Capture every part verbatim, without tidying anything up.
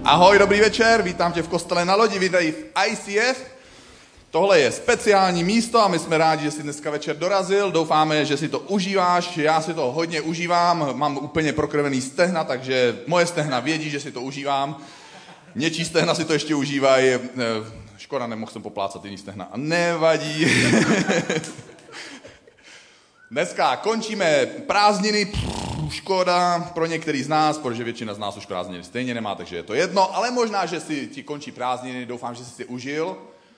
Ahoj, dobrý večer, vítám tě v kostele Na lodi, vítej v I C F. Tohle je speciální místo a my jsme rádi, že jsi dneska večer dorazil. Doufáme, že si to užíváš, já si to hodně užívám, mám úplně prokrvený stehna, takže moje stehna vědí, že si to užívám. Něčí stehna si to ještě užívají. Škoda, nemohl jsem poplácat jiný stehna. A nevadí. Dneska končíme prázdniny, Pff, škoda pro některý z nás, protože většina z nás už prázdniny stejně nemá, takže je to jedno, ale možná, že si ti končí prázdniny, doufám, že jsi si užil.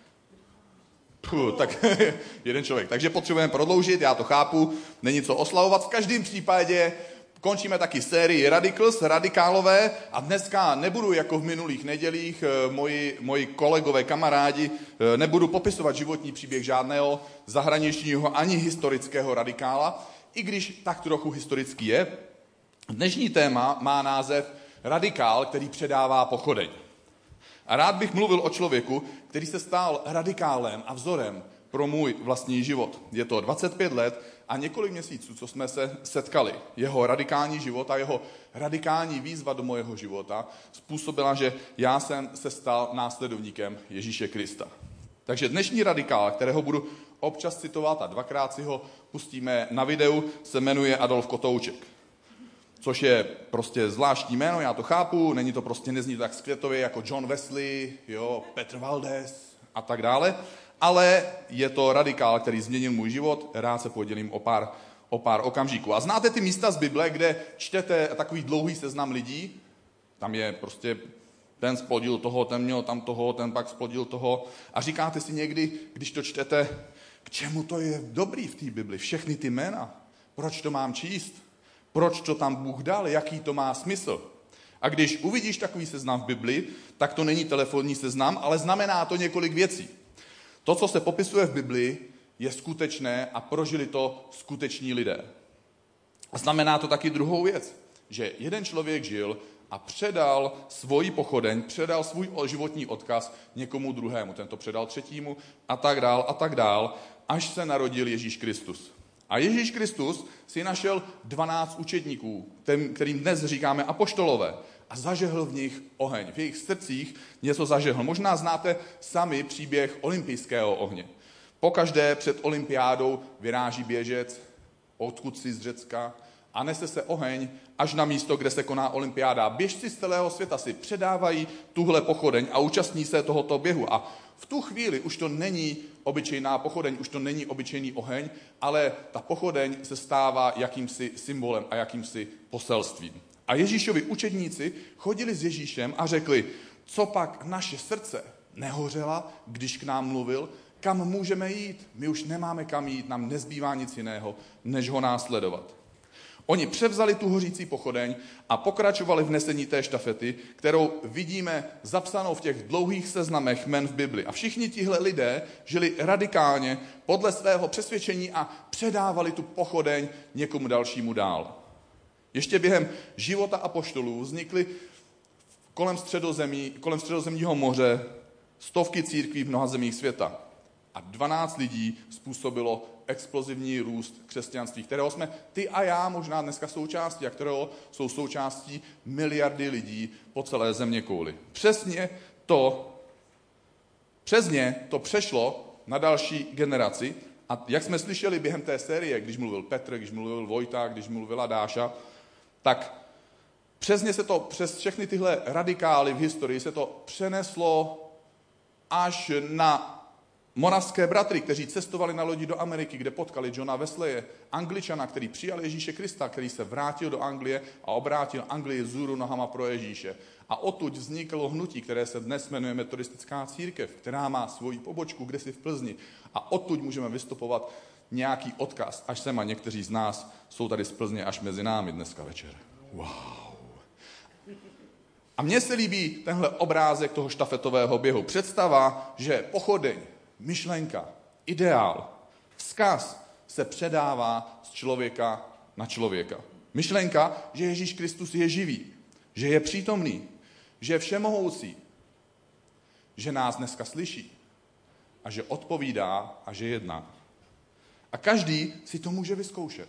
Puh, tak jeden člověk. Takže potřebujeme prodloužit, já to chápu, není co oslavovat. V každém případě končíme taky sérii Radicals, radikálové, a dneska nebudu jako v minulých nedělích, moji, moji kolegové, kamarádi, nebudu popisovat životní příběh žádného zahraničního ani historického radikála, i když tak trochu historický je. Dnešní téma má název Radikál, který předává pochodeň. A rád bych mluvil o člověku, který se stal radikálem a vzorem pro můj vlastní život. Je to dvacet pět let a několik měsíců, co jsme se setkali. Jeho radikální život a jeho radikální výzva do mojeho života způsobila, že já jsem se stal následovníkem Ježíše Krista. Takže dnešní radikál, kterého budu občas citovat a dvakrát si ho pustíme na videu, se jmenuje Adolf Kotouček. Což je prostě zvláštní jméno, já to chápu, není to prostě, nezní to tak skvětově jako John Wesley, jo, Petr Valdez a tak dále, ale je to radikál, který změnil můj život, rád se podělím o pár, o pár okamžiků. A znáte ty místa z Bible, kde čtete takový dlouhý seznam lidí, tam je prostě ten splodil toho, ten měl tam toho, ten pak splodil toho a říkáte si někdy, když to čtete, k čemu to je dobrý v té Bibli, všechny ty jména, proč to mám číst? Proč to tam Bůh dal? Jaký to má smysl? A když uvidíš takový seznam v Bibli, tak to není telefonní seznam, ale znamená to několik věcí. To, co se popisuje v Bibli, je skutečné a prožili to skuteční lidé. A znamená to taky druhou věc, že jeden člověk žil a předal svoji pochodeň, předal svůj životní odkaz někomu druhému. Ten to předal třetímu a tak dál a tak dál, až se narodil Ježíš Kristus. A Ježíš Kristus si našel dvanáct učedníků, kterým dnes říkáme apoštolové, a zažehl v nich oheň. V jejich srdcích něco zažehl. Možná znáte sami příběh olympijského ohně. Pokaždé před olympiádou vyráží běžec, odkud si z Řecka, a nese se oheň až na místo, kde se koná olympiáda. Běžci z celého světa si předávají tuhle pochodeň a účastní se tohoto běhu. A v tu chvíli už to není obyčejná pochodeň, už to není obyčejný oheň, ale ta pochodeň se stává jakýmsi symbolem a jakýmsi poselstvím. A Ježíšovi učedníci chodili s Ježíšem a řekli, co pak naše srdce nehořela, když k nám mluvil, kam můžeme jít? My už nemáme kam jít, nám nezbývá nic jiného, než ho následovat. Oni převzali tu hořící pochodeň a pokračovali v nesení té štafety, kterou vidíme zapsanou v těch dlouhých seznamech jmen v Bibli. A všichni tihle lidé žili radikálně podle svého přesvědčení a předávali tu pochodeň někomu dalšímu dál. Ještě během života apoštolů vznikly kolem, středozemí, kolem středozemního moře stovky církví v mnoha zemích světa. A dvanáct lidí způsobilo explozivní růst křesťanství, kterého jsme ty a já možná dneska součástí, a kterého jsou součástí miliardy lidí po celé zeměkouli. Přesně to, přes ně to přešlo na další generaci a jak jsme slyšeli během té série, když mluvil Petr, když mluvil Vojta, když mluvila Dáša, tak přes ně se to, přes všechny tyhle radikály v historii se to přeneslo až na moravské bratry, kteří cestovali na lodi do Ameriky, kde potkali Johna Wesleye, Angličana, který přijal Ježíše Krista, který se vrátil do Anglie a obrátil Anglii vzhůru nohama pro Ježíše. A odtud vzniklo hnutí, které se dnes jmenuje Metodistická církev, která má svoji pobočku kdesi v Plzni. A odtud můžeme vystupovat nějaký odkaz, až sem a někteří z nás jsou tady z Plzně až mezi námi dneska večer. Wow. A mně se líbí tenhle obrázek toho štafetového běhu. Představa, že pochodeň, myšlenka, ideál, vzkaz se předává z člověka na člověka. Myšlenka, že Ježíš Kristus je živý, že je přítomný, že je všemohoucí, že nás dneska slyší a že odpovídá a že jedná. A každý si to může vyzkoušet.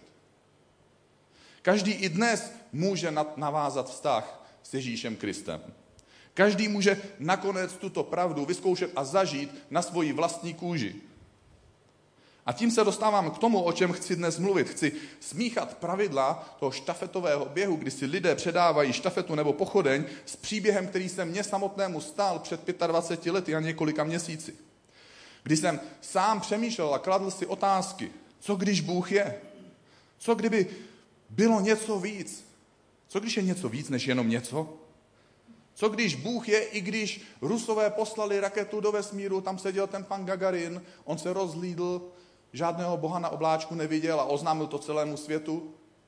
Každý i dnes může navázat vztah s Ježíšem Kristem. Každý může nakonec tuto pravdu vyzkoušet a zažít na svoji vlastní kůži. A tím se dostávám k tomu, o čem chci dnes mluvit. Chci smíchat pravidla toho štafetového běhu, kdy si lidé předávají štafetu nebo pochodeň s příběhem, který se mně samotnému stal před dvaceti pěti lety a několika měsíci. Kdy jsem sám přemýšlel a kladl si otázky, co když Bůh je? Co kdyby bylo něco víc? Co když je něco víc než jenom něco? Co když Bůh je, i když Rusové poslali raketu do vesmíru, tam seděl ten pan Gagarin, on se rozhlídl, žádného boha na obláčku neviděl a oznámil to celému světu?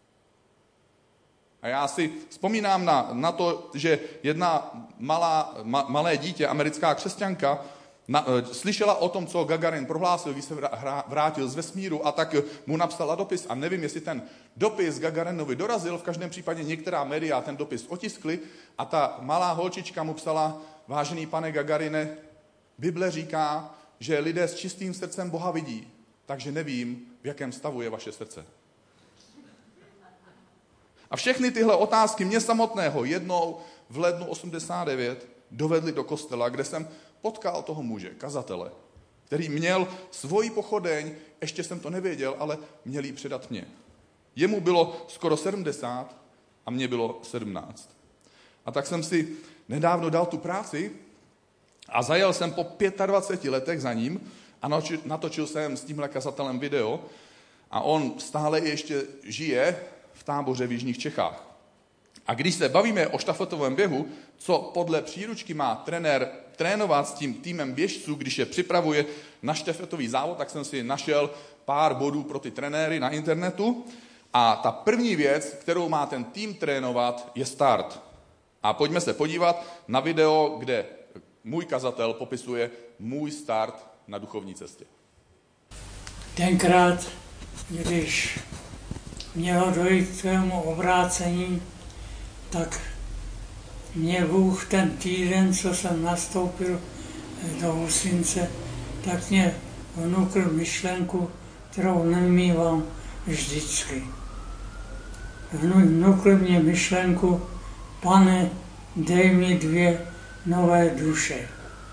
A já si vzpomínám na, na to, že jedna malá, ma, malé dítě, americká křesťanka, na, slyšela o tom, co Gagarin prohlásil, když se vrátil z vesmíru, a tak mu napsala dopis. A nevím, jestli ten dopis Gagarinovi dorazil, v každém případě některá média ten dopis otiskli a ta malá holčička mu psala: vážený pane Gagarine, Bible říká, že lidé s čistým srdcem Boha vidí, takže nevím, v jakém stavu je vaše srdce. A všechny tyhle otázky mě samotného jednou v lednu osmdesát devět dovedly do kostela, kde jsem potkal toho muže, kazatele, který měl svoji pochodeň, ještě jsem to nevěděl, ale měl ji předat mně. Jemu bylo skoro sedmdesát a mně bylo sedmnáct. A tak jsem si nedávno dal tu práci a zajel jsem po dvaceti pěti letech za ním a natočil jsem s tímhle kazatelem video a on stále ještě žije v táboře v jižních Čechách. A když se bavíme o štafetovém běhu, co podle příručky má trenér trénovat s tím týmem běžců, když je připravuje na štafetový závod, tak jsem si našel pár bodů pro ty trenéry na internetu. A ta první věc, kterou má ten tým trénovat, je start. A pojďme se podívat na video, kde můj kazatel popisuje můj start na duchovní cestě. Tenkrát, když mělo dojít k tvému obrácení, tak mě Bůh ten týden, co jsem nastoupil do Husince, tak mě vnukl myšlenku, kterou nemývám vždycky. Vnukl mě myšlenku: Pane, dej mi dvě nové duše.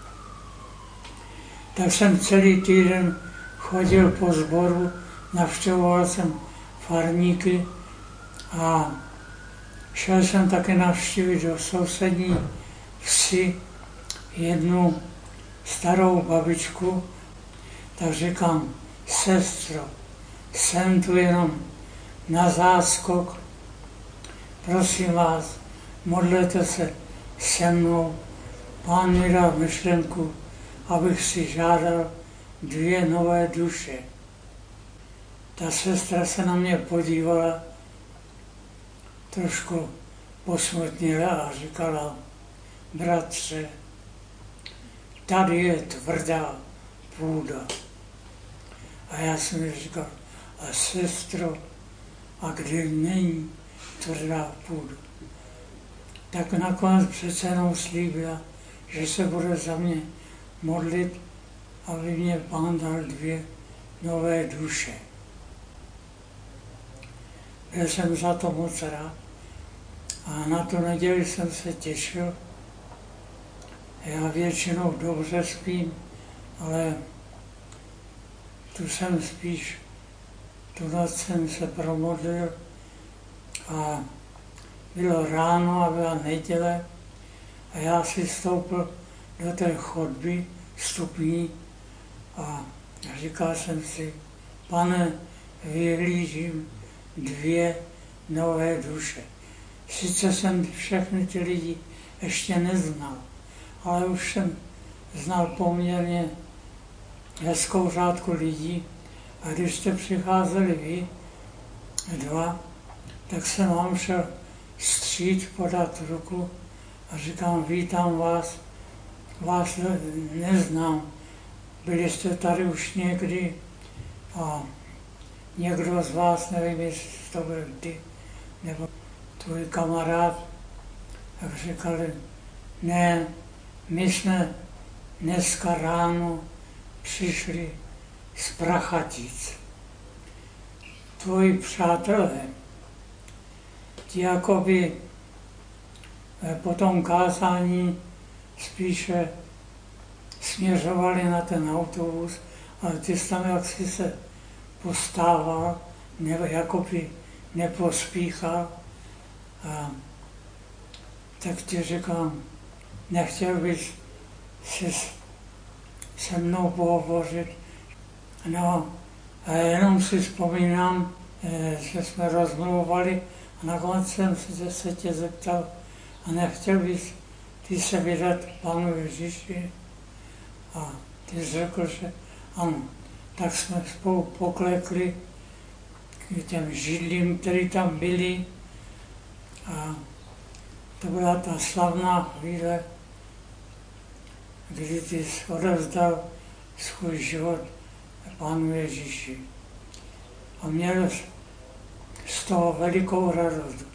Tak jsem celý týden chodil po sboru, navštěvoval jsem farníky a šel jsem také navštívit do sousední vsi jednu starou babičku, tak říkám: sestro, jsem tu jenom na záskok, prosím vás, modlete se se mnou, Pán mi dal myšlenku, abych si žádal dvě nové duše. Ta sestra se na mě podívala, trošku posmutnila a říkala: bratře, tady je tvrdá půda. A já jsem jí říkal: a sestro, a kde není tvrdá půda? Tak nakonec přece jenom slíbila, že se bude za mě modlit, aby mě Pán dal dvě nové duše. Byl jsem za to moc rád a na tu neděli jsem se těšil. Já většinou dobře spím, ale tu jsem spíš, tu noc jsem se promodlil a bylo ráno a byla neděle a já si stoupil do té chodby stupní a říkal jsem si: Pane, vyhlížím dvě nové duše. Sice jsem všechny ty lidi ještě neznal, ale už jsem znal poměrně hezkou řádku lidí a když jste přicházeli vy dva, tak jsem vám šel vstříc, podat ruku a říkám: vítám vás, vás neznám, byli jste tady už někdy a někdo z vás, nevím, jestli to byl ty, nebo tvůj kamarád, tak říkali: ne, my jsme dneska ráno přišli z Prachatic. Tvoji přátelé, ti jakoby po tom kázání spíše směřovali na ten autobus, ale ty jsi tam jaksi se postával, nebo jakoby nepospíchal. A tak ti říkám, nechtěl bys si se mnou pohovořit. No, a jenom si vzpomínám, že jsme rozmluvali a nakonec jsem se, se tě zeptal, a nechtěl bys ty se vydat Pánu Ježíši? A ty řekl, že ano. Tak jsme spolu poklekli k těm židlím, který tam byli. A to byla ta slavná chvíle, kdy ty jsi odevzdal svůj život Pánu Ježíši. A měl z toho velikou radost.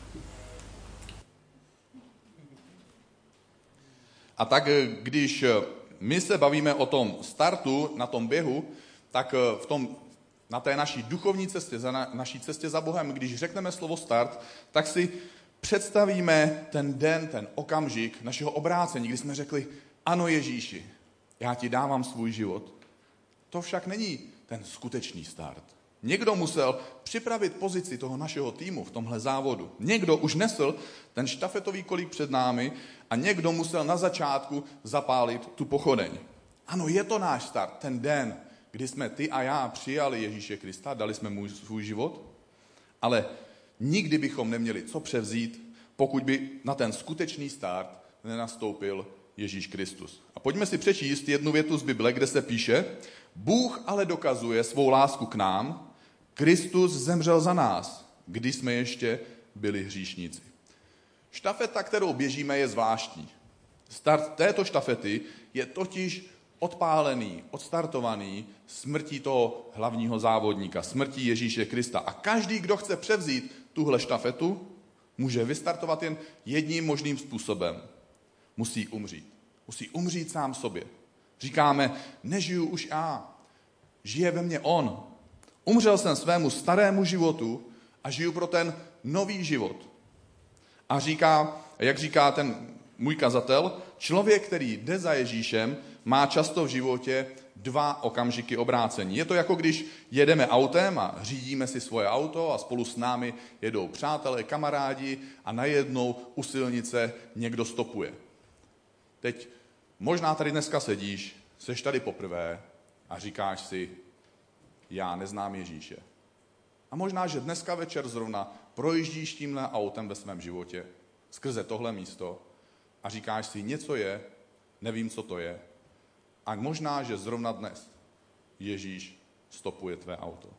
A tak když my se bavíme o tom startu na tom běhu, tak v tom, na té naší duchovní cestě, na naší cestě za Bohem, když řekneme slovo start, tak si představíme ten den, ten okamžik našeho obrácení, kdy jsme řekli, ano Ježíši, já ti dávám svůj život. To však není ten skutečný start. Někdo musel připravit pozici toho našeho týmu v tomhle závodu. Někdo už nesl ten štafetový kolík před námi a někdo musel na začátku zapálit tu pochodeň. Ano, je to náš start, ten den, kdy jsme ty a já přijali Ježíše Krista, dali jsme mu svůj život, ale nikdy bychom neměli co převzít, pokud by na ten skutečný start nenastoupil Ježíš Kristus. A pojďme si přečíst jednu větu z Bible, kde se píše, Bůh ale dokazuje svou lásku k nám, Kristus zemřel za nás, když jsme ještě byli hříšníci. Štafeta, kterou běžíme, je zvláštní. Start této štafety je totiž odpálený, odstartovaný smrtí toho hlavního závodníka, smrtí Ježíše Krista. A každý, kdo chce převzít tuhle štafetu, může vystartovat jen jedním možným způsobem. Musí umřít. Musí umřít sám sobě. Říkáme, nežiju už já, žije ve mně on. Umřel jsem svému starému životu a žiju pro ten nový život. A říká, jak říká ten můj kazatel, člověk, který jde za Ježíšem, má často v životě dva okamžiky obrácení. Je to jako když jedeme autem a řídíme si svoje auto a spolu s námi jedou přátelé, kamarádi a najednou u silnice někdo stopuje. Teď možná tady dneska sedíš, seš tady poprvé a říkáš si, já neznám Ježíše. A možná, že dneska večer zrovna projíždíš tímhle autem ve svém životě skrze tohle místo a říkáš si, něco je, nevím, co to je. A možná, že zrovna dnes Ježíš stopuje tvé auto.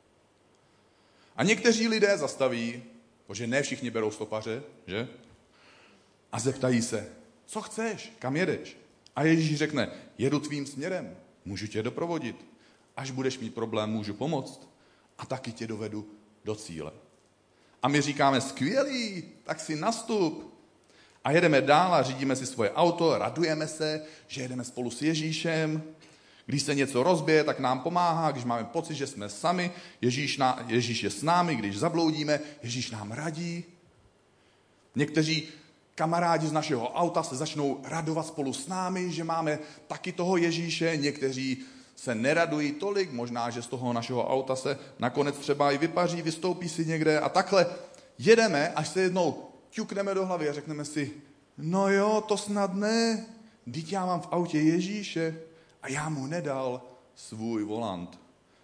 A někteří lidé zastaví, protože ne všichni berou stopaře, že? A zeptají se, co chceš, kam jedeš? A Ježíš řekne, jedu tvým směrem, můžu tě doprovodit. Až budeš mít problém, můžu pomoct. A taky tě dovedu do cíle. A my říkáme, skvělý, tak si nastup. A jedeme dál a řídíme si svoje auto, radujeme se, že jedeme spolu s Ježíšem. Když se něco rozbije, tak nám pomáhá, když máme pocit, že jsme sami, Ježíš, na, Ježíš je s námi, když zabloudíme, Ježíš nám radí. Někteří kamarádi z našeho auta se začnou radovat spolu s námi, že máme taky toho Ježíše, někteří se neradují tolik, možná, že z toho našeho auta se nakonec třeba i vypaří, vystoupí si někde a takhle jedeme, až se jednou ťukneme do hlavy a řekneme si, no jo, to snad ne, vždyť já mám v autě Ježíše a já mu nedal svůj volant.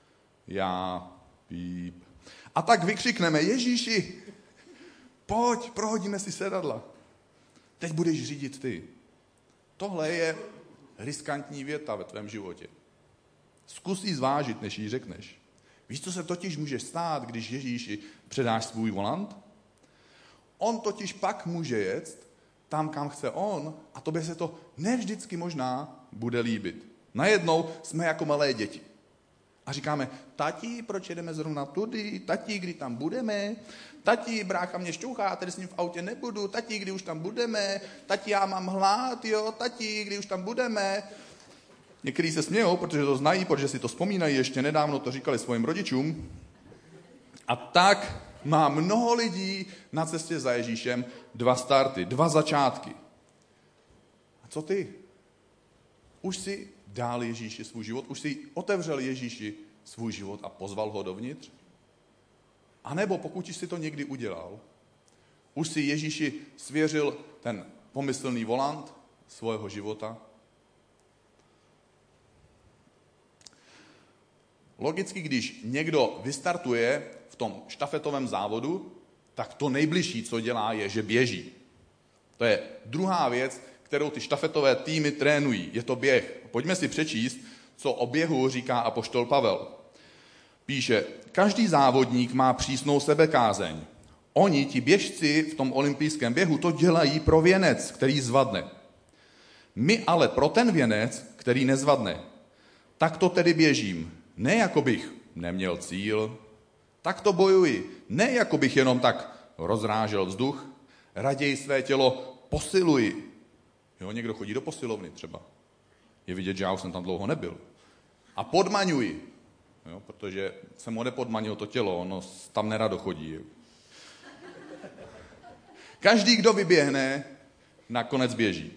Já píp. A tak vykřikneme, Ježíši, pojď, prohodíme si sedadla. Teď budeš řídit ty. Tohle je riskantní věta ve tvém životě. Zkus ji zvážit, než ji řekneš. Víš, co se totiž může stát, když Ježíši předáš svůj volant? On totiž pak může jet tam, kam chce on, a tobě se to nevždycky možná bude líbit. Najednou jsme jako malé děti. A říkáme, tati, proč jedeme zrovna tudy? Tati, kdy tam budeme? Tati, brácha mě šťouchá, já tady s ním v autě nebudu. Tati, kdy už tam budeme? Tati, já mám hlad, jo? Tati, kdy už tam budeme? Někteří se smějou, protože to znají, protože si to vzpomínají, ještě nedávno to říkali svým rodičům. A tak má mnoho lidí na cestě za Ježíšem dva starty, dva začátky. co ty? Už jsi dal Ježíši svůj život? Už jsi otevřel Ježíši svůj život a pozval ho dovnitř? A nebo pokud jsi to někdy udělal, už si Ježíši svěřil ten pomyslný volant svého života? Logicky, když někdo vystartuje v tom štafetovém závodu, tak to nejbližší, co dělá, je, že běží. To je druhá věc, kterou ty štafetové týmy trénují. Je to běh. Pojďme si přečíst, co o běhu říká apoštol Pavel. Píše, každý závodník má přísnou sebekázeň. Oni, ti běžci v tom olympijském běhu, to dělají pro věnec, který zvadne. My ale pro ten věnec, který nezvadne. Tak to tedy běžím. Ne jako bych neměl cíl, tak to bojuji. Ne jako bych jenom tak rozrážel vzduch, raději své tělo posiluji. Jo, někdo chodí do posilovny třeba. Je vidět, že já už jsem tam dlouho nebyl. A podmaňuji, jo, protože jsem ho nepodmanil to tělo, ono tam nerado chodí. Každý, kdo vyběhne, nakonec běží.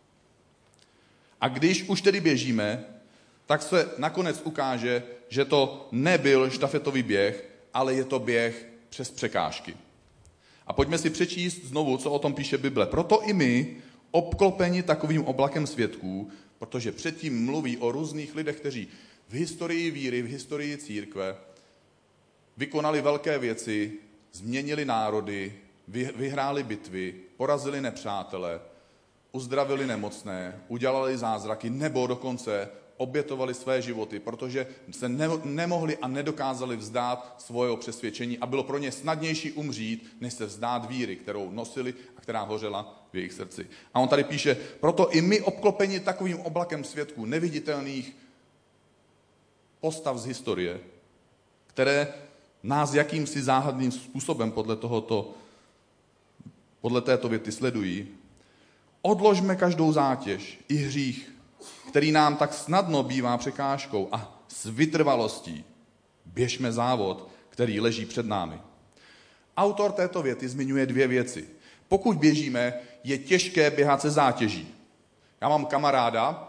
A když už tedy běžíme, tak se nakonec ukáže, že to nebyl štafetový běh, ale je to běh přes překážky. A pojďme si přečíst znovu, co o tom píše Bible. Proto i my, obklopeni takovým oblakem svědků, protože předtím mluví o různých lidech, kteří v historii víry, v historii církve vykonali velké věci, změnili národy, vyhráli bitvy, porazili nepřátele, uzdravili nemocné, udělali zázraky, nebo dokonce obětovali své životy, protože se ne- nemohli a nedokázali vzdát svého přesvědčení a bylo pro ně snadnější umřít, než se vzdát víry, kterou nosili a která hořela v jejich srdci. A on tady píše, proto i my obklopeni takovým oblakem svědků, neviditelných postav z historie, které nás jakýmsi záhadným způsobem podle tohoto, podle této věty sledují, odložme každou zátěž i hřích, který nám tak snadno bývá překážkou a s vytrvalostí běžme závod, který leží před námi. Autor této věty zmiňuje dvě věci. Pokud běžíme, je těžké běhat se zátěží. Já mám kamaráda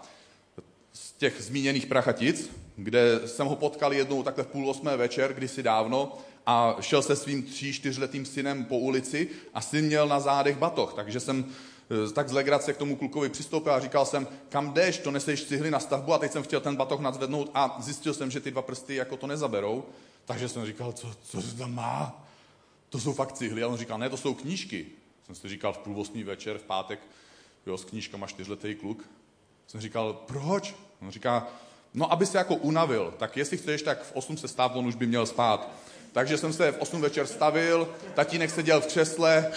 z těch zmíněných Prachatic, kde jsem ho potkal jednou takhle v půl osmé večer, kdysi dávno, a šel se svým tří, čtyřletým synem po ulici a syn měl na zádech batoh, takže jsem tak z legrace k tomu klukovi přistoupil a říkal jsem, kam jdeš, to neseš cihly na stavbu, a teď jsem chtěl ten batoh nadzvednout a zjistil jsem, že ty dva prsty jako to nezaberou, takže jsem říkal, co, co to tam má? To jsou fakt cihly. A on říkal, ne, to jsou knížky. Jsem si říkal v půl osmý večer, v pátek, jo, s knížkama čtyřletý kluk. Jsem říkal, proč? On říká, no, aby se jako unavil, tak jestli chceš, tak v osm se stav, on už by měl spát. Takže jsem se v osm večer stavil, tatínek seděl v křesle,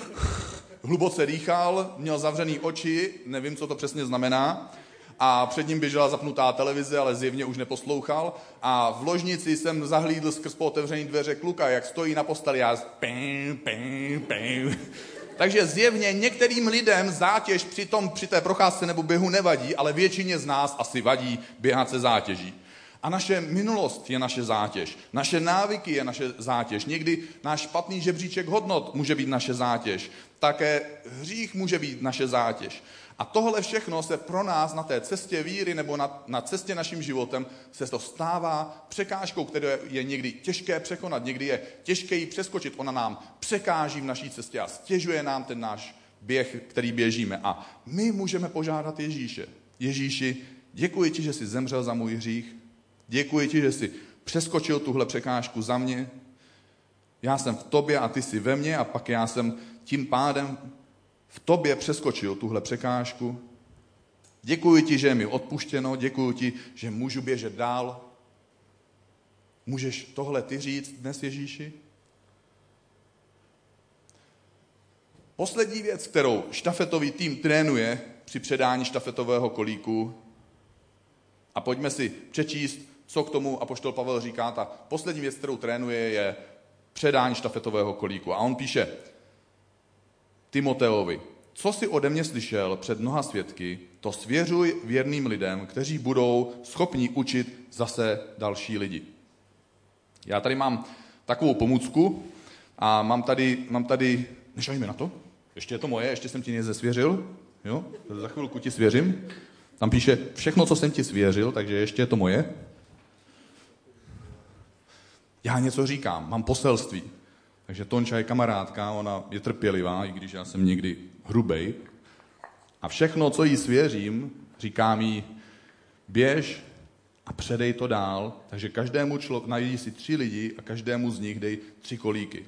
hluboce dýchal, měl zavřený oči, nevím, co to přesně znamená, a před ním běžela zapnutá televize, ale zjevně už neposlouchal, a v ložnici jsem zahlídl skrz pootevřený dveře kluka, jak stojí na posteli a pim, pim, pim. Takže zjevně některým lidem zátěž při, tom, při té procházce nebo běhu nevadí, ale většině z nás asi vadí běhat se zátěží. A naše minulost je naše zátěž, naše návyky je naše zátěž, někdy náš špatný žebříček hodnot může být naše zátěž, také hřích může být naše zátěž. A tohle všechno se pro nás na té cestě víry nebo na, na cestě naším životem se to stává překážkou, kterou je někdy těžké překonat, někdy je těžké ji přeskočit. Ona nám překáží v naší cestě a stěžuje nám ten náš běh, který běžíme. A my můžeme požádat Ježíše. Ježíši, děkuji ti, že jsi zemřel za můj hřích. Děkuji ti, že jsi přeskočil tuhle překážku za mě. Já jsem v tobě a ty jsi ve mně, a pak já jsem tím pádem v tobě přeskočil tuhle překážku. Děkuji ti, že je mi odpuštěno, děkuji ti, že můžu běžet dál. Můžeš tohle ty říct dnes, Ježíši? Poslední věc, kterou štafetový tým trénuje při předání štafetového kolíku, a pojďme si přečíst, co k tomu apoštol Pavel říká. Ta poslední věc, kterou trénuje, je předání štafetového kolíku. A on píše Timoteovi, co jsi ode mě slyšel před mnoha svědky, to svěřuj věrným lidem, kteří budou schopni učit zase další lidi. Já tady mám takovou pomůcku a mám tady, mám tady, nešajme na to, ještě je to moje, ještě jsem ti nezesvěřil. Jo? Za chvilku ti svěřím. Tam píše, všechno, co jsem ti svěřil, takže ještě je to moje. Já něco říkám, mám poselství. Takže Tonča je kamarádka, ona je trpělivá, i když já jsem někdy hrubej. A všechno, co jí svěřím, říkám jí, běž a předej to dál. Takže každému člověku, najdi si tři lidi a každému z nich dej tři kolíky.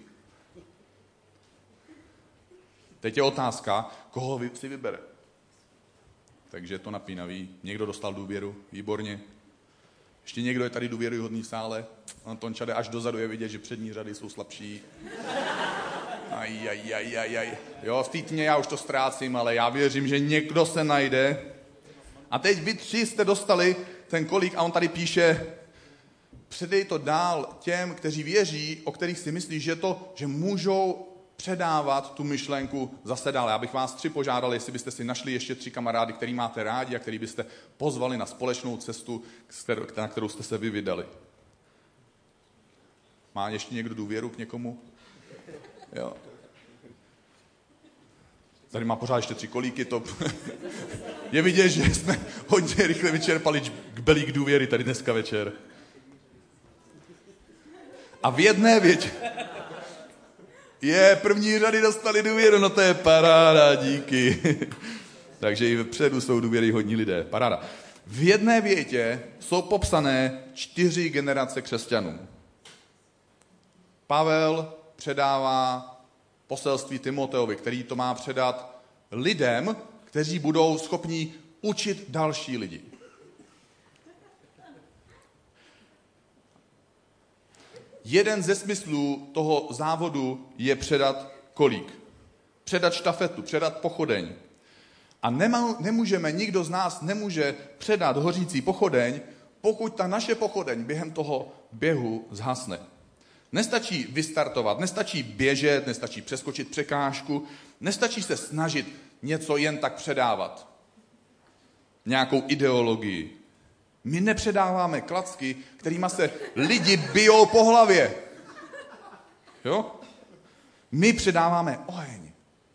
Teď je otázka, koho si vybere. Takže je to napínavý. Někdo dostal důvěru, výborně. Ještě někdo je tady důvěryhodný v sále. Tonča jde až dozadu, je vidět, že přední řady jsou slabší. Aj, aj, aj, aj, aj. Jo, v té tmě já už to ztrácím, ale já věřím, že někdo se najde. A teď vy tři jste dostali ten kolík a on tady píše, předej to dál těm, kteří věří, o kterých si myslíš, že to, že můžou předávat tu myšlenku zase dál. Já bych vás tři požádal, jestli byste si našli ještě tři kamarády, který máte rádi a který byste pozvali na společnou cestu, na kterou jste se vy vydali. Má ještě někdo důvěru k někomu? Jo. Tady má pořád ještě tři kolíky, to je vidět, že jsme hodně rychle vyčerpali kbelík důvěry tady dneska večer. A v jedné větě je, první řady dostali důvěru, no to je paráda, díky. Takže i vpředu jsou důvěryhodní lidé, paráda. V jedné větě jsou popsané čtyři generace křesťanů. Pavel předává poselství Timoteovi, který to má předat lidem, kteří budou schopni učit další lidi. Jeden ze smyslů toho závodu je předat kolík. Předat štafetu, předat pochodeň. A nemá, nemůžeme, nikdo z nás nemůže předat hořící pochodeň, pokud ta naše pochodeň během toho běhu zhasne. Nestačí vystartovat, nestačí běžet, nestačí přeskočit překážku, nestačí se snažit něco jen tak předávat. Nějakou ideologii. My nepředáváme klacky, kterýma se lidi bijou po hlavě. Jo? My předáváme oheň.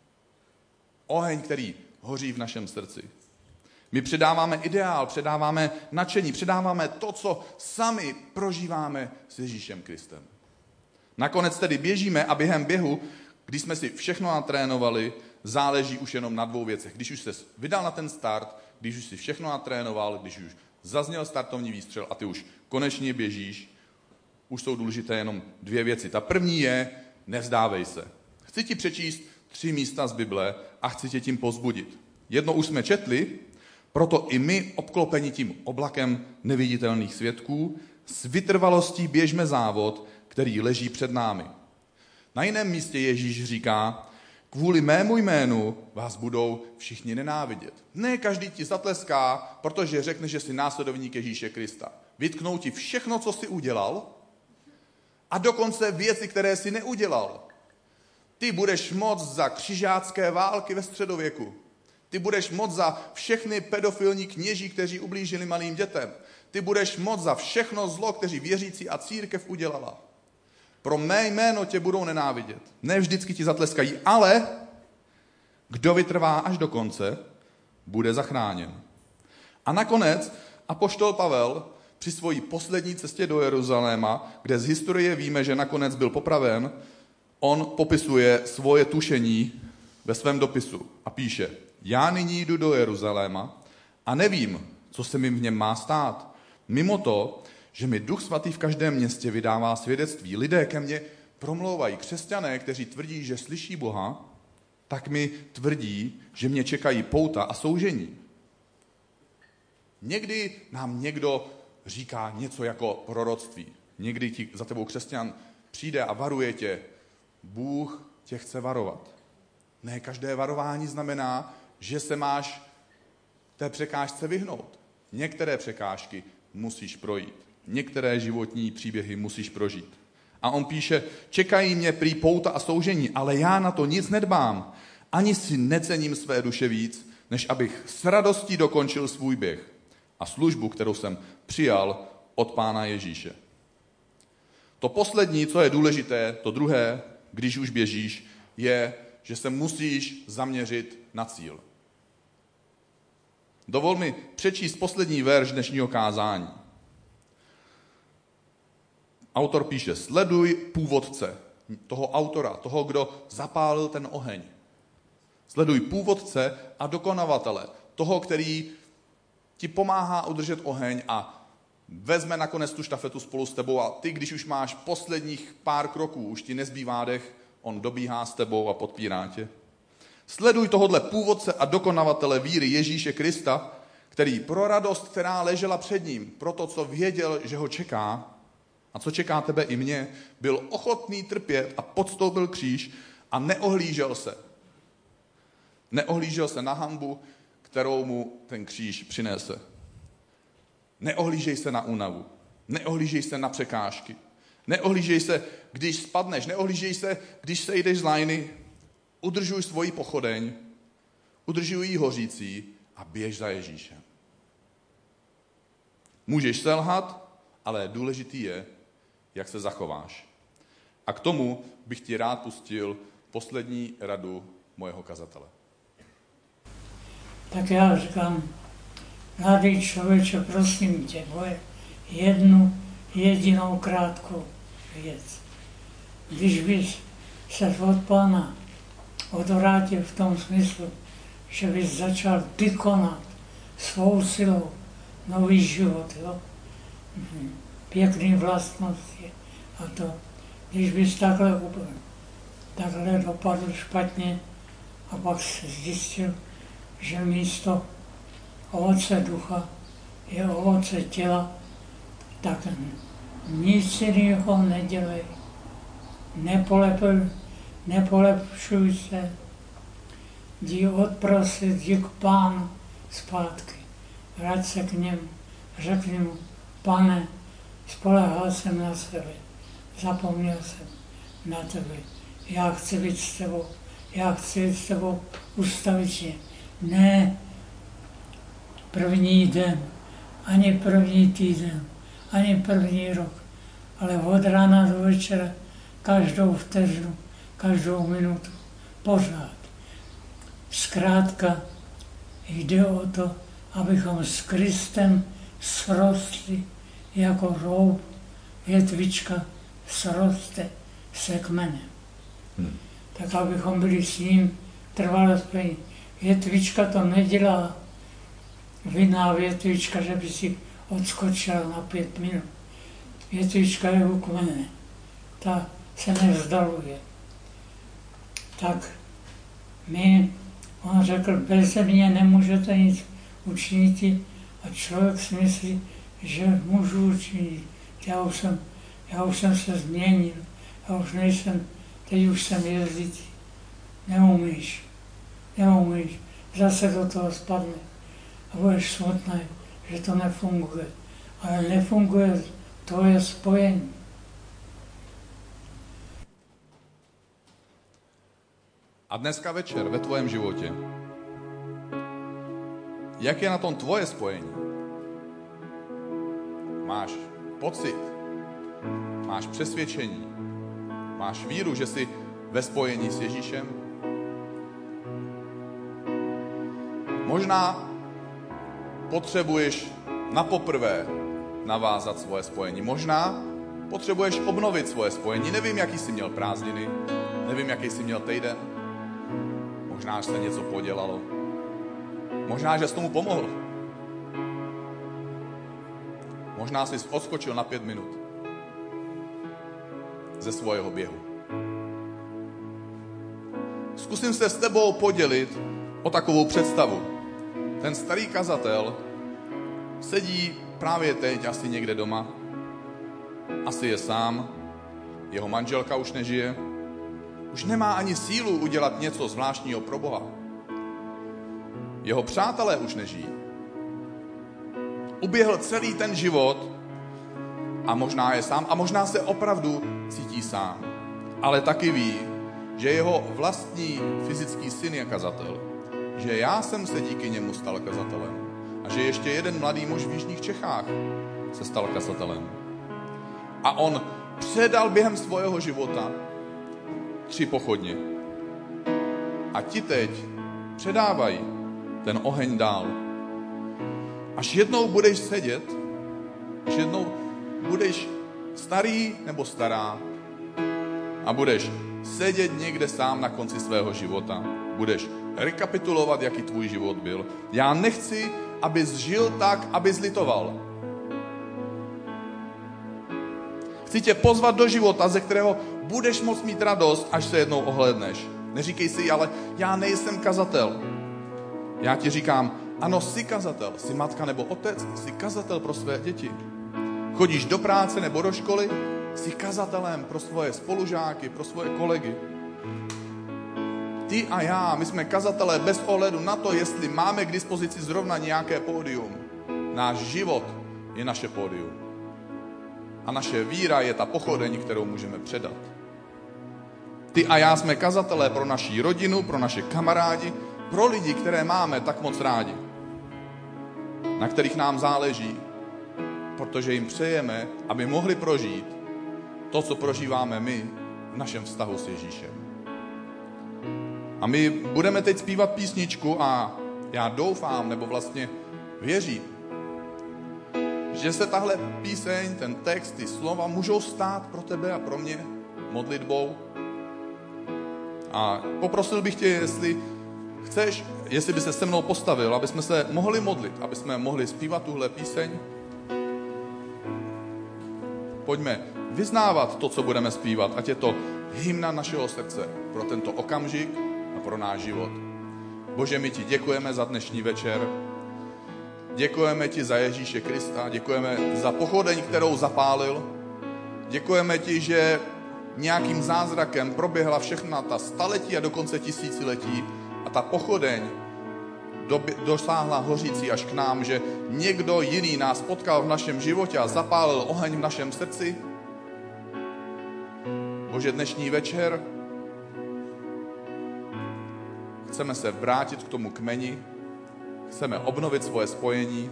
Oheň, který hoří v našem srdci. My předáváme ideál, předáváme nadšení, předáváme to, co sami prožíváme s Ježíšem Kristem. Nakonec tedy běžíme a během běhu, když jsme si všechno natrénovali, záleží už jenom na dvou věcech. Když už ses vydal na ten start, když už si všechno natrénoval, když už zazněl startovní výstřel a ty už konečně běžíš, už jsou důležité jenom dvě věci. Ta první je, nevzdávej se. Chci ti přečíst tři místa z Bible a chci tě tím povzbudit. Jedno už jsme četli, proto i my, obklopeni tím oblakem neviditelných svědků, s vytrvalostí běžme závod, který leží před námi. Na jiném místě Ježíš říká, kvůli mému jménu vás budou všichni nenávidět. Ne každý ti zatleská, protože řekne, že jsi následovník Ježíše Krista. Vytknou ti všechno, co jsi udělal a dokonce věci, které jsi neudělal. Ty budeš moc za křižácké války ve středověku. Ty budeš moc za všechny pedofilní kněží, kteří ublížili malým dětem. Ty budeš moc za všechno zlo, kteří věřící a církev udělala. Pro mé jméno tě budou nenávidět. Ne vždycky ti zatleskají, ale kdo vytrvá až do konce, bude zachráněn. A nakonec apoštol Pavel při své poslední cestě do Jeruzaléma, kde z historie víme, že nakonec byl popraven, on popisuje svoje tušení ve svém dopisu a píše, já nyní jdu do Jeruzaléma a nevím, co se mi v něm má stát. Mimo to, že mi Duch Svatý v každém městě vydává svědectví. Lidé ke mně promlouvají. Křesťané, kteří tvrdí, že slyší Boha, tak mi tvrdí, že mě čekají pouta a soužení. Někdy nám někdo říká něco jako proroctví. Někdy ti za tebou křesťan přijde a varuje tě. Bůh tě chce varovat. Ne každé varování znamená, že se máš té překážce vyhnout. Některé překážky musíš projít. Některé životní příběhy musíš prožít. A on píše, čekají mě prý pouta a soužení, ale já na to nic nedbám. Ani si necením své duše víc, než abych s radostí dokončil svůj běh a službu, kterou jsem přijal od Pána Ježíše. To poslední, co je důležité, to druhé, když už běžíš, je, že se musíš zaměřit na cíl. Dovol mi přečíst poslední verš dnešního kázání. Autor píše, sleduj původce toho autora, toho, kdo zapálil ten oheň. Sleduj původce a dokonavatele, toho, který ti pomáhá udržet oheň a vezme nakonec tu štafetu spolu s tebou a ty, když už máš posledních pár kroků, už ti nezbývá dech, on dobíhá s tebou a podpírá tě. Sleduj tohodle původce a dokonavatele víry Ježíše Krista, který pro radost, která ležela před ním, pro to, co věděl, že ho čeká a co čeká tebe i mě, byl ochotný trpět a podstoupil kříž a neohlížel se. Neohlížel se na hanbu, kterou mu ten kříž přinese. Neohlížej se na únavu. Neohlížej se na překážky. Neohlížej se, když spadneš. Neohlížej se, když sejdeš z lajny. Udržuj svoji pochodeň, udržuj ji hořící a běž za Ježíšem. Můžeš selhat, ale důležitý je, jak se zachováš. A k tomu bych ti rád pustil poslední radu mojeho kazatele. Tak já říkám, mladý člověče, prosím tě, moje jednu jedinou krátkou věc. Když bys se od Pána odvrátil v tom smyslu, že bys začal vykonat svou silou nový život, jo? Pěkný vlastnosti a to, když bys takhle, takhle dopadl špatně a pak se zjistil, že místo ovoce ducha je ovoce těla, tak nic jiného nedělej. Nepolepil, nepolepšuj se, jdi odprosit, jdi k Pánu zpátky. Vrať se k němu, řekni mu, Pane, spolehal jsem na sebe, zapomněl jsem na tebe, já chci být s tebou, já chci být s tebou ustavičně. Ne první den, ani první týden, ani první rok, ale od rána do večera, každou vteřinu, každou minutu, pořád. Zkrátka jde o to, abychom s Kristem srostli jako roub, větvička sroste se kmenem. Hmm. Tak abychom byli s ním trvale spojení. Větvička to nedělá vinná větvička, že by si odskočil na pět minut. Větvička je u kmene. Ta se nevzdaluje. Tak my, on řekl, bez mě nemůžete nic učinit a člověk si myslí, že můžu učinit. Já už jsem, já už jsem se změnil, já už nejsem, teď už jsem jezdit. Neumíš, neumíš, zase do toho spadne a budeš smutný, že to nefunguje. Ale nefunguje tvoje spojení. A dneska večer ve tvém životě, jak je na tom tvoje spojení? Máš pocit, máš přesvědčení, máš víru, že jsi ve spojení s Ježíšem? Možná potřebuješ napoprvé navázat svoje spojení. Možná potřebuješ obnovit svoje spojení. Nevím, jaký jsi měl prázdniny, nevím, jaký jsi měl týden. Možná se něco podělalo. Možná, že jsi tomu pomohl. Možná jsi odskočil na pět minut ze svého běhu. Zkusím se s tebou podělit o takovou představu. Ten starý kazatel sedí právě teď asi někde doma. Asi je sám. Jeho manželka už nežije. Už nemá ani sílu udělat něco zvláštního pro Boha. Jeho přátelé už nežijí. Uběhl celý ten život a možná je sám a možná se opravdu cítí sám. Ale taky ví, že jeho vlastní fyzický syn je kazatel. Že já jsem se díky němu stal kazatelem. A že ještě jeden mladý muž v jižních Čechách se stal kazatelem. A on předal během svého života tři pochodně. A ti teď předávají ten oheň dál. Až jednou budeš sedět, až jednou budeš starý nebo stará a budeš sedět někde sám na konci svého života, budeš rekapitulovat, jaký tvůj život byl. Já nechci, abys žil tak, abys litoval. Chci tě pozvat do života, ze kterého budeš moct mít radost, až se jednou ohlédneš. Neříkej si, ale já nejsem kazatel. Já ti říkám, ano, jsi kazatel, jsi matka nebo otec, jsi kazatel pro své děti. Chodíš do práce nebo do školy, jsi kazatelem pro svoje spolužáky, pro svoje kolegy. Ty a já, my jsme kazatelé bez ohledu na to, jestli máme k dispozici zrovna nějaké pódium. Náš život je naše pódium. A naše víra je ta pochodeň, kterou můžeme předat. Ty a já jsme kazatelé pro naši rodinu, pro naše kamarádi, pro lidi, které máme tak moc rádi. Na kterých nám záleží, protože jim přejeme, aby mohli prožít to, co prožíváme my v našem vztahu s Ježíšem. A my budeme teď zpívat písničku a já doufám, nebo vlastně věřím, že se tahle píseň, ten text, ty slova můžou stát pro tebe a pro mě modlitbou. A poprosil bych tě, jestli chceš, jestli by se se mnou postavil, aby jsme se mohli modlit, aby jsme mohli zpívat tuhle píseň. Pojďme vyznávat to, co budeme zpívat, ať je to hymna našeho srdce pro tento okamžik a pro náš život. Bože, my ti děkujeme za dnešní večer. Děkujeme ti za Ježíše Krista, děkujeme za pochodeň, kterou zapálil. Děkujeme ti, že nějakým zázrakem proběhla všechna ta staletí a dokonce tisíciletí a ta pochodeň dosáhla hořící až k nám, že někdo jiný nás potkal v našem životě a zapálil oheň v našem srdci. Bože, dnešní večer chceme se vrátit k tomu kmeni, chceme obnovit svoje spojení.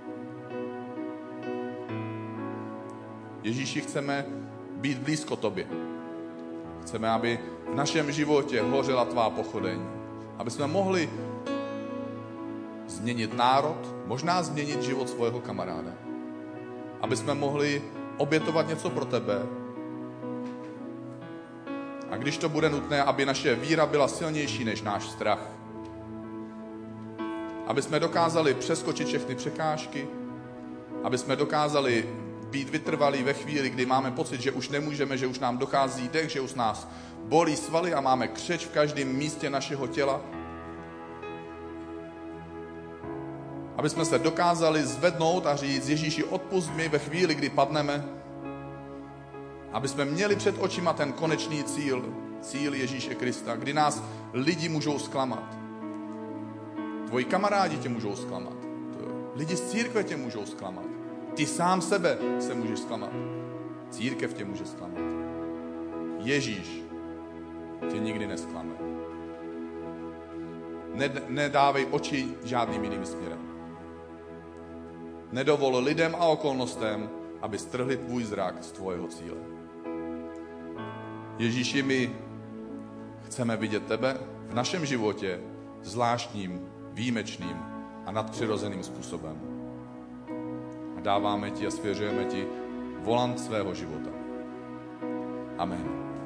Ježíši, chceme být blízko tobě. Chceme, aby v našem životě hořela tvá pochodeň. Aby jsme mohli změnit národ, možná změnit život svého kamaráda. Aby jsme mohli obětovat něco pro tebe. A když to bude nutné, aby naše víra byla silnější než náš strach. Aby jsme dokázali přeskočit všechny překážky. Aby jsme dokázali být vytrvalí ve chvíli, kdy máme pocit, že už nemůžeme, že už nám dochází dech, že už nás bolí svaly a máme křeč v každém místě našeho těla. Aby jsme se dokázali zvednout a říct, Ježíši, odpusť mi ve chvíli, kdy padneme. Aby jsme měli před očima ten konečný cíl, cíl Ježíše Krista, kdy nás lidi můžou zklamat. Tvoji kamarádi tě můžou zklamat. Lidi z církve tě můžou zklamat. Ty sám sebe se můžeš zklamat. Církev tě může zklamat. Ježíš tě nikdy nesklame. Nedávej oči žádným jiným směrem. Nedovol lidem a okolnostem, aby strhli tvůj zrak z tvojho cíle. Ježíši, my chceme vidět tebe v našem životě zvláštním, výjimečným a nadpřirozeným způsobem. A dáváme ti a svěřujeme ti volant svého života. Amen.